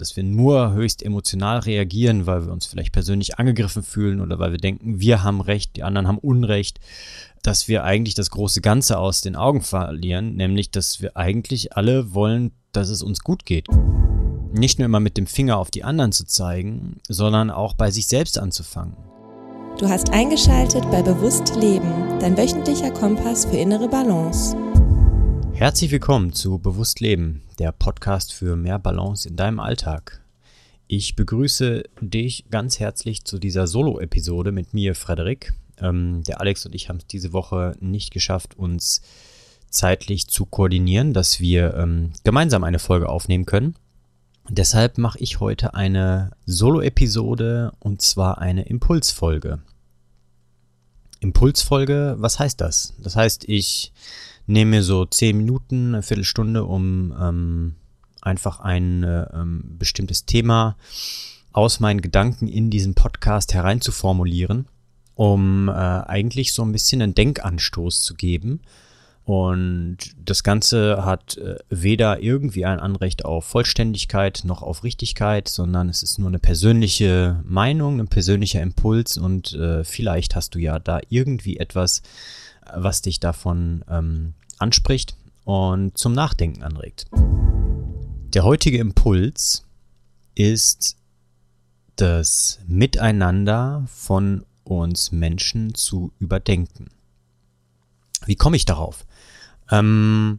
dass wir nur höchst emotional reagieren, weil wir uns vielleicht persönlich angegriffen fühlen oder weil wir denken, wir haben Recht, die anderen haben Unrecht, dass wir eigentlich das große Ganze aus den Augen verlieren, nämlich, dass wir eigentlich alle wollen, dass es uns gut geht. Nicht nur immer mit dem Finger auf die anderen zu zeigen, sondern auch bei sich selbst anzufangen. Du hast eingeschaltet bei Bewusst Leben, dein wöchentlicher Kompass für innere Balance. Herzlich willkommen zu Bewusst Leben, der Podcast für mehr Balance in deinem Alltag. Ich begrüße dich ganz herzlich zu dieser Solo-Episode mit mir, Frederik. Der Alex und ich haben es diese Woche nicht geschafft, uns zeitlich zu koordinieren, dass wir gemeinsam eine Folge aufnehmen können. Deshalb mache ich heute eine Solo-Episode und zwar eine Impulsfolge. Impulsfolge, was heißt das? Das heißt, ich nehme mir so 10 Minuten, eine Viertelstunde, um einfach ein bestimmtes Thema aus meinen Gedanken in diesen Podcast hereinzuformulieren, um eigentlich so ein bisschen einen Denkanstoß zu geben. Und das Ganze hat weder irgendwie ein Anrecht auf Vollständigkeit noch auf Richtigkeit, sondern es ist nur eine persönliche Meinung, ein persönlicher Impuls und vielleicht hast du ja da irgendwie etwas, was dich davon anspricht und zum Nachdenken anregt. Der heutige Impuls ist das Miteinander von uns Menschen zu überdenken. Wie komme ich darauf? In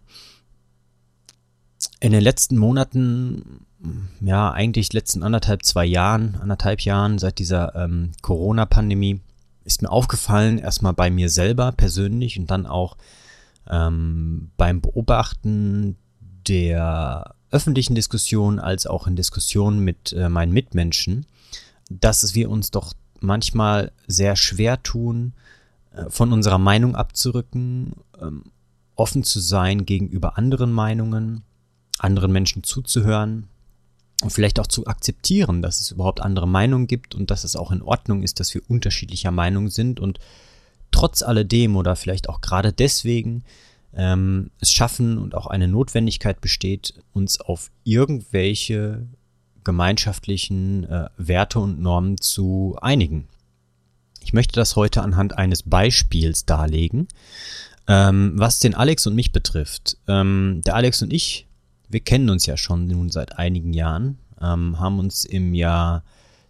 den letzten Monaten, ja eigentlich letzten anderthalb Jahren seit dieser Corona-Pandemie ist mir aufgefallen, erstmal bei mir selber persönlich und dann auch beim Beobachten der öffentlichen Diskussion als auch in Diskussionen mit meinen Mitmenschen, dass wir uns doch manchmal sehr schwer tun, von unserer Meinung abzurücken, offen zu sein gegenüber anderen Meinungen, anderen Menschen zuzuhören und vielleicht auch zu akzeptieren, dass es überhaupt andere Meinungen gibt und dass es auch in Ordnung ist, dass wir unterschiedlicher Meinung sind und trotz alledem oder vielleicht auch gerade deswegen es schaffen und auch eine Notwendigkeit besteht, uns auf irgendwelche gemeinschaftlichen Werte und Normen zu einigen. Ich möchte das heute anhand eines Beispiels darlegen, was den Alex und mich betrifft. Der Alex und ich, wir kennen uns ja schon nun seit einigen Jahren, haben uns im Jahr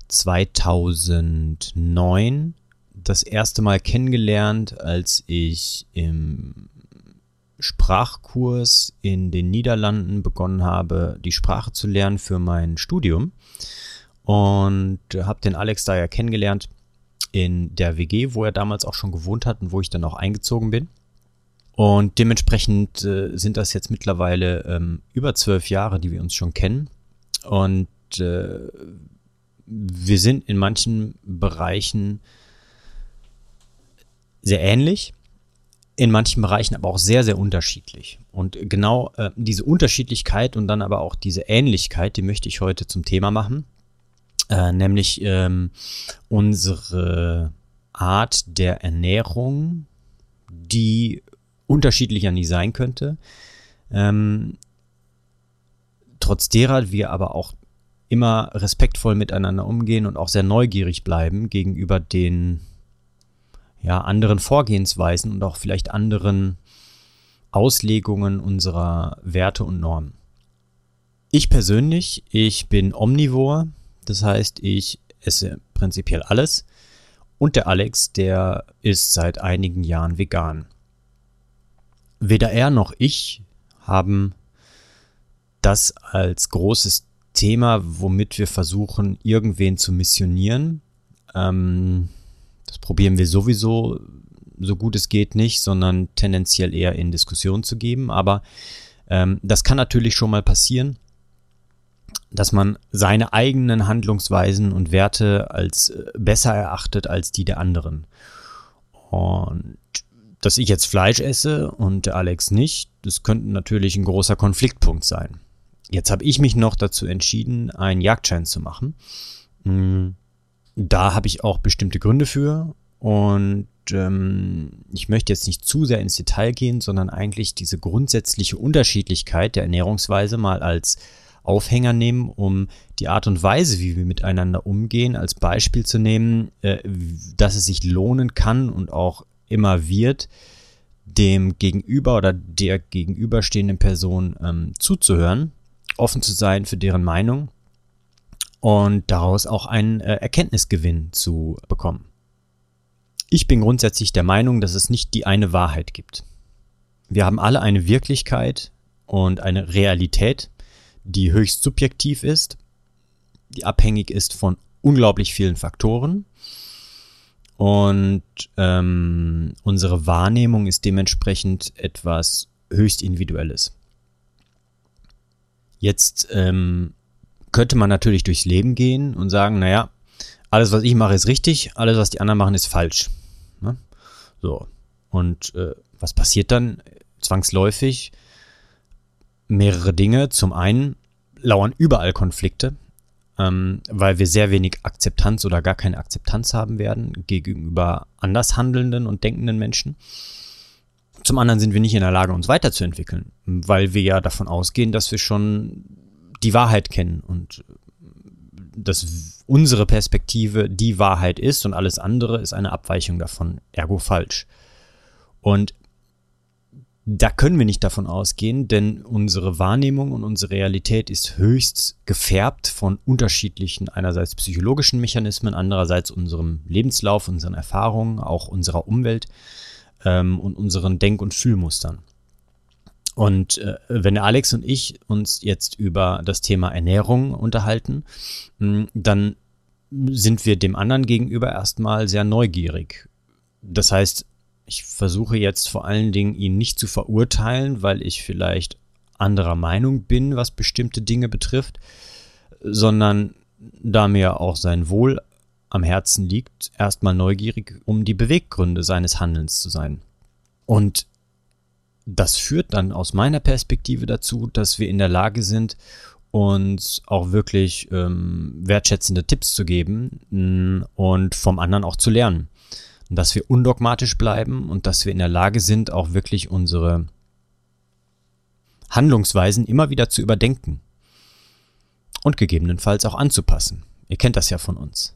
2009 das erste Mal kennengelernt, als ich im Sprachkurs in den Niederlanden begonnen habe, die Sprache zu lernen für mein Studium und habe den Alex da ja kennengelernt in der WG, wo er damals auch schon gewohnt hat und wo ich dann auch eingezogen bin. Und dementsprechend sind das jetzt mittlerweile über 12 Jahre, die wir uns schon kennen. Und wir sind in manchen Bereichen sehr ähnlich, in manchen Bereichen aber auch sehr, sehr unterschiedlich. Und genau diese Unterschiedlichkeit und dann aber auch diese Ähnlichkeit, die möchte ich heute zum Thema machen. Nämlich unsere Art der Ernährung, die unterschiedlicher nie sein könnte, trotz derer wir aber auch immer respektvoll miteinander umgehen und auch sehr neugierig bleiben gegenüber den anderen Vorgehensweisen und auch vielleicht anderen Auslegungen unserer Werte und Normen. Ich persönlich, ich bin omnivor. Das heißt, ich esse prinzipiell alles und der Alex, der ist seit einigen Jahren vegan. Weder er noch ich haben das als großes Thema, womit wir versuchen, irgendwen zu missionieren. Das probieren wir sowieso, so gut es geht nicht, sondern tendenziell eher in Diskussion zu geben. Aber das kann natürlich schon mal passieren, dass man seine eigenen Handlungsweisen und Werte als besser erachtet als die der anderen. Und dass ich jetzt Fleisch esse und der Alex nicht, das könnte natürlich ein großer Konfliktpunkt sein. Jetzt habe ich mich noch dazu entschieden, einen Jagdschein zu machen. Da habe ich auch bestimmte Gründe für und ich möchte jetzt nicht zu sehr ins Detail gehen, sondern eigentlich diese grundsätzliche Unterschiedlichkeit der Ernährungsweise mal als Aufhänger nehmen, um die Art und Weise, wie wir miteinander umgehen, als Beispiel zu nehmen, dass es sich lohnen kann und auch immer wird, dem Gegenüber oder der gegenüberstehenden Person zuzuhören, offen zu sein für deren Meinung und daraus auch einen Erkenntnisgewinn zu bekommen. Ich bin grundsätzlich der Meinung, dass es nicht die eine Wahrheit gibt. Wir haben alle eine Wirklichkeit und eine Realität, die höchst subjektiv ist, die abhängig ist von unglaublich vielen Faktoren. Und unsere Wahrnehmung ist dementsprechend etwas höchst Individuelles. Jetzt könnte man natürlich durchs Leben gehen und sagen, naja, alles, was ich mache, ist richtig, alles, was die anderen machen, ist falsch. Ne? So. Und was passiert dann? Zwangsläufig mehrere Dinge. Zum einen lauern überall Konflikte, weil wir sehr wenig Akzeptanz oder gar keine Akzeptanz haben werden gegenüber anders handelnden und denkenden Menschen. Zum anderen sind wir nicht in der Lage, uns weiterzuentwickeln, weil wir ja davon ausgehen, dass wir schon die Wahrheit kennen und dass unsere Perspektive die Wahrheit ist und alles andere ist eine Abweichung davon, ergo falsch. Und da können wir nicht davon ausgehen, denn unsere Wahrnehmung und unsere Realität ist höchst gefärbt von unterschiedlichen, einerseits psychologischen Mechanismen, andererseits unserem Lebenslauf, unseren Erfahrungen, auch unserer Umwelt und unseren Denk- und Fühlmustern. Und wenn der Alex und ich uns jetzt über das Thema Ernährung unterhalten, dann sind wir dem anderen gegenüber erstmal sehr neugierig. Das heißt, ich versuche jetzt vor allen Dingen, ihn nicht zu verurteilen, weil ich vielleicht anderer Meinung bin, was bestimmte Dinge betrifft, sondern da mir auch sein Wohl am Herzen liegt, erstmal neugierig, um die Beweggründe seines Handelns zu sein. Und das führt dann aus meiner Perspektive dazu, dass wir in der Lage sind, uns auch wirklich wertschätzende Tipps zu geben und vom anderen auch zu lernen. Und dass wir undogmatisch bleiben und dass wir in der Lage sind, auch wirklich unsere Handlungsweisen immer wieder zu überdenken und gegebenenfalls auch anzupassen. Ihr kennt das ja von uns.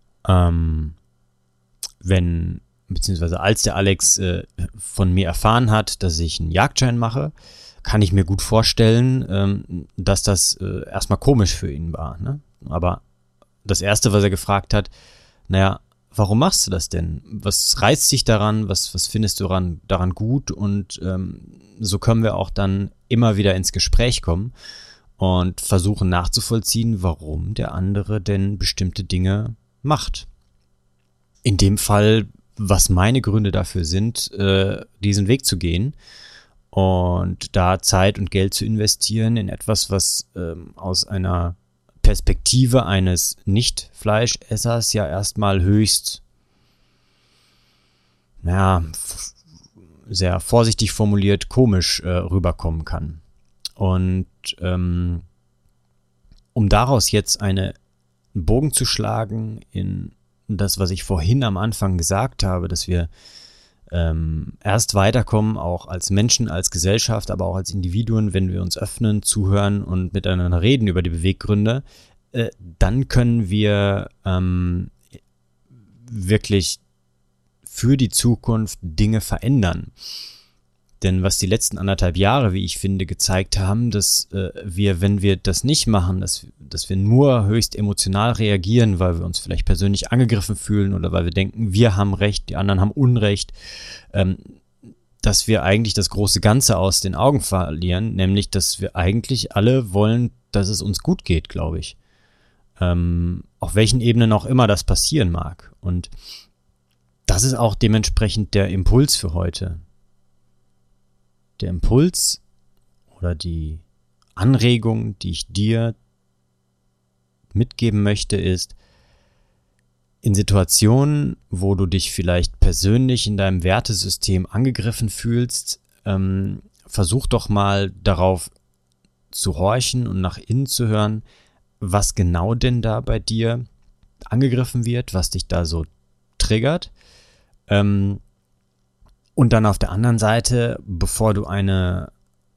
Beziehungsweise als der Alex von mir erfahren hat, dass ich einen Jagdschein mache, kann ich mir gut vorstellen, dass das erstmal komisch für ihn war. Ne? Aber das Erste, was er gefragt hat, naja, warum machst du das denn? Was reizt dich daran? Was findest du daran gut? Und so können wir auch dann immer wieder ins Gespräch kommen und versuchen nachzuvollziehen, warum der andere denn bestimmte Dinge macht. In dem Fall, was meine Gründe dafür sind, diesen Weg zu gehen und da Zeit und Geld zu investieren in etwas, was aus einer Perspektive eines Nicht-Fleischessers ja erstmal höchst, sehr vorsichtig formuliert, komisch rüberkommen kann. Und um daraus jetzt einen Bogen zu schlagen in das, was ich vorhin am Anfang gesagt habe, dass wir erst weiterkommen, auch als Menschen, als Gesellschaft, aber auch als Individuen, wenn wir uns öffnen, zuhören und miteinander reden über die Beweggründe, dann können wir wirklich für die Zukunft Dinge verändern. Denn was die letzten 1,5 Jahre, wie ich finde, gezeigt haben, dass wir, wenn wir das nicht machen, dass wir nur höchst emotional reagieren, weil wir uns vielleicht persönlich angegriffen fühlen oder weil wir denken, wir haben Recht, die anderen haben Unrecht, dass wir eigentlich das große Ganze aus den Augen verlieren, nämlich, dass wir eigentlich alle wollen, dass es uns gut geht, glaube ich. Auf welchen Ebenen auch immer das passieren mag. Und das ist auch dementsprechend der Impuls für heute. Der Impuls oder die Anregung, die ich dir mitgeben möchte, ist, in Situationen, wo du dich vielleicht persönlich in deinem Wertesystem angegriffen fühlst, versuch doch mal darauf zu horchen und nach innen zu hören, was genau denn da bei dir angegriffen wird, was dich da so triggert. Und dann auf der anderen Seite, bevor du eine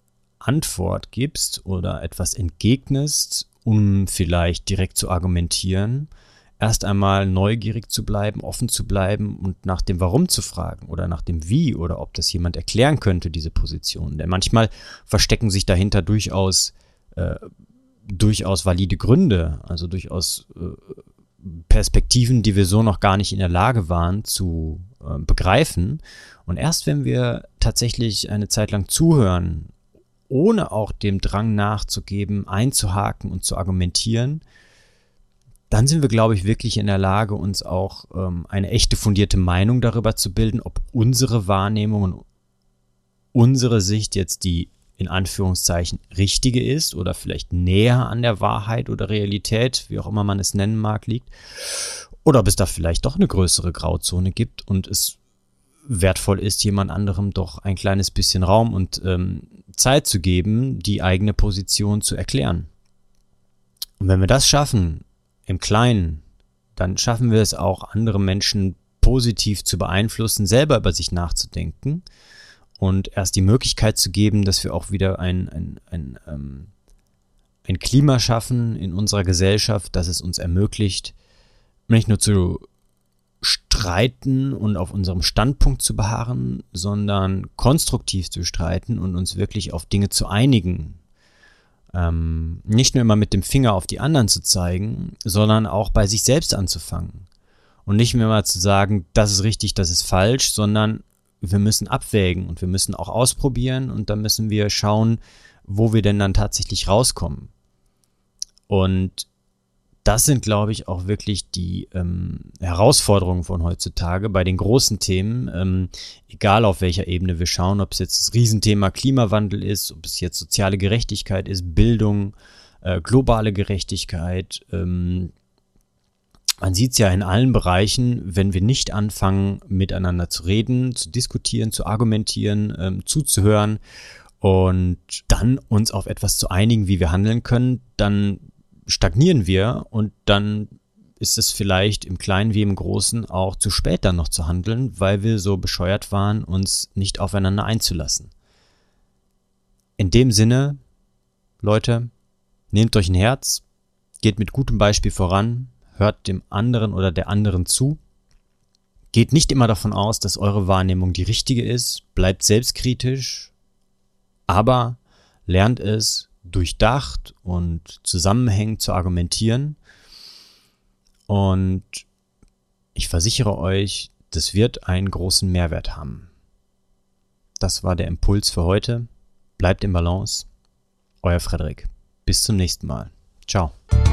Antwort gibst oder etwas entgegnest, um vielleicht direkt zu argumentieren, erst einmal neugierig zu bleiben, offen zu bleiben und nach dem Warum zu fragen oder nach dem Wie oder ob das jemand erklären könnte, diese Position. Denn manchmal verstecken sich dahinter durchaus valide Gründe, also durchaus Perspektiven, die wir so noch gar nicht in der Lage waren zu begreifen. Und erst wenn wir tatsächlich eine Zeit lang zuhören, ohne auch dem Drang nachzugeben, einzuhaken und zu argumentieren, dann sind wir, glaube ich, wirklich in der Lage, uns auch eine echte fundierte Meinung darüber zu bilden, ob unsere Wahrnehmung und unsere Sicht jetzt die in Anführungszeichen richtige ist oder vielleicht näher an der Wahrheit oder Realität, wie auch immer man es nennen mag, liegt. Oder ob es da vielleicht doch eine größere Grauzone gibt und es wertvoll ist, jemand anderem doch ein kleines bisschen Raum und Zeit zu geben, die eigene Position zu erklären. Und wenn wir das schaffen, im Kleinen, dann schaffen wir es auch, andere Menschen positiv zu beeinflussen, selber über sich nachzudenken und erst die Möglichkeit zu geben, dass wir auch wieder ein Klima schaffen in unserer Gesellschaft, das es uns ermöglicht, nicht nur zu streiten und auf unserem Standpunkt zu beharren, sondern konstruktiv zu streiten und uns wirklich auf Dinge zu einigen. Nicht nur immer mit dem Finger auf die anderen zu zeigen, sondern auch bei sich selbst anzufangen. Und nicht mehr mal zu sagen, das ist richtig, das ist falsch, sondern wir müssen abwägen und wir müssen auch ausprobieren und dann müssen wir schauen, wo wir denn dann tatsächlich rauskommen. Und das sind, glaube ich, auch wirklich die Herausforderungen von heutzutage bei den großen Themen, egal auf welcher Ebene wir schauen, ob es jetzt das Riesenthema Klimawandel ist, ob es jetzt soziale Gerechtigkeit ist, Bildung, globale Gerechtigkeit. Man sieht es ja in allen Bereichen, wenn wir nicht anfangen, miteinander zu reden, zu diskutieren, zu argumentieren, zuzuhören und dann uns auf etwas zu einigen, wie wir handeln können, dann stagnieren wir und dann ist es vielleicht im Kleinen wie im Großen auch zu spät dann noch zu handeln, weil wir so bescheuert waren, uns nicht aufeinander einzulassen. In dem Sinne, Leute, nehmt euch ein Herz, geht mit gutem Beispiel voran, hört dem anderen oder der anderen zu, geht nicht immer davon aus, dass eure Wahrnehmung die richtige ist, bleibt selbstkritisch, aber lernt es, durchdacht und zusammenhängend zu argumentieren. Und ich versichere euch, das wird einen großen Mehrwert haben. Das war der Impuls für heute. Bleibt im Balance. Euer Frederik. Bis zum nächsten Mal. Ciao.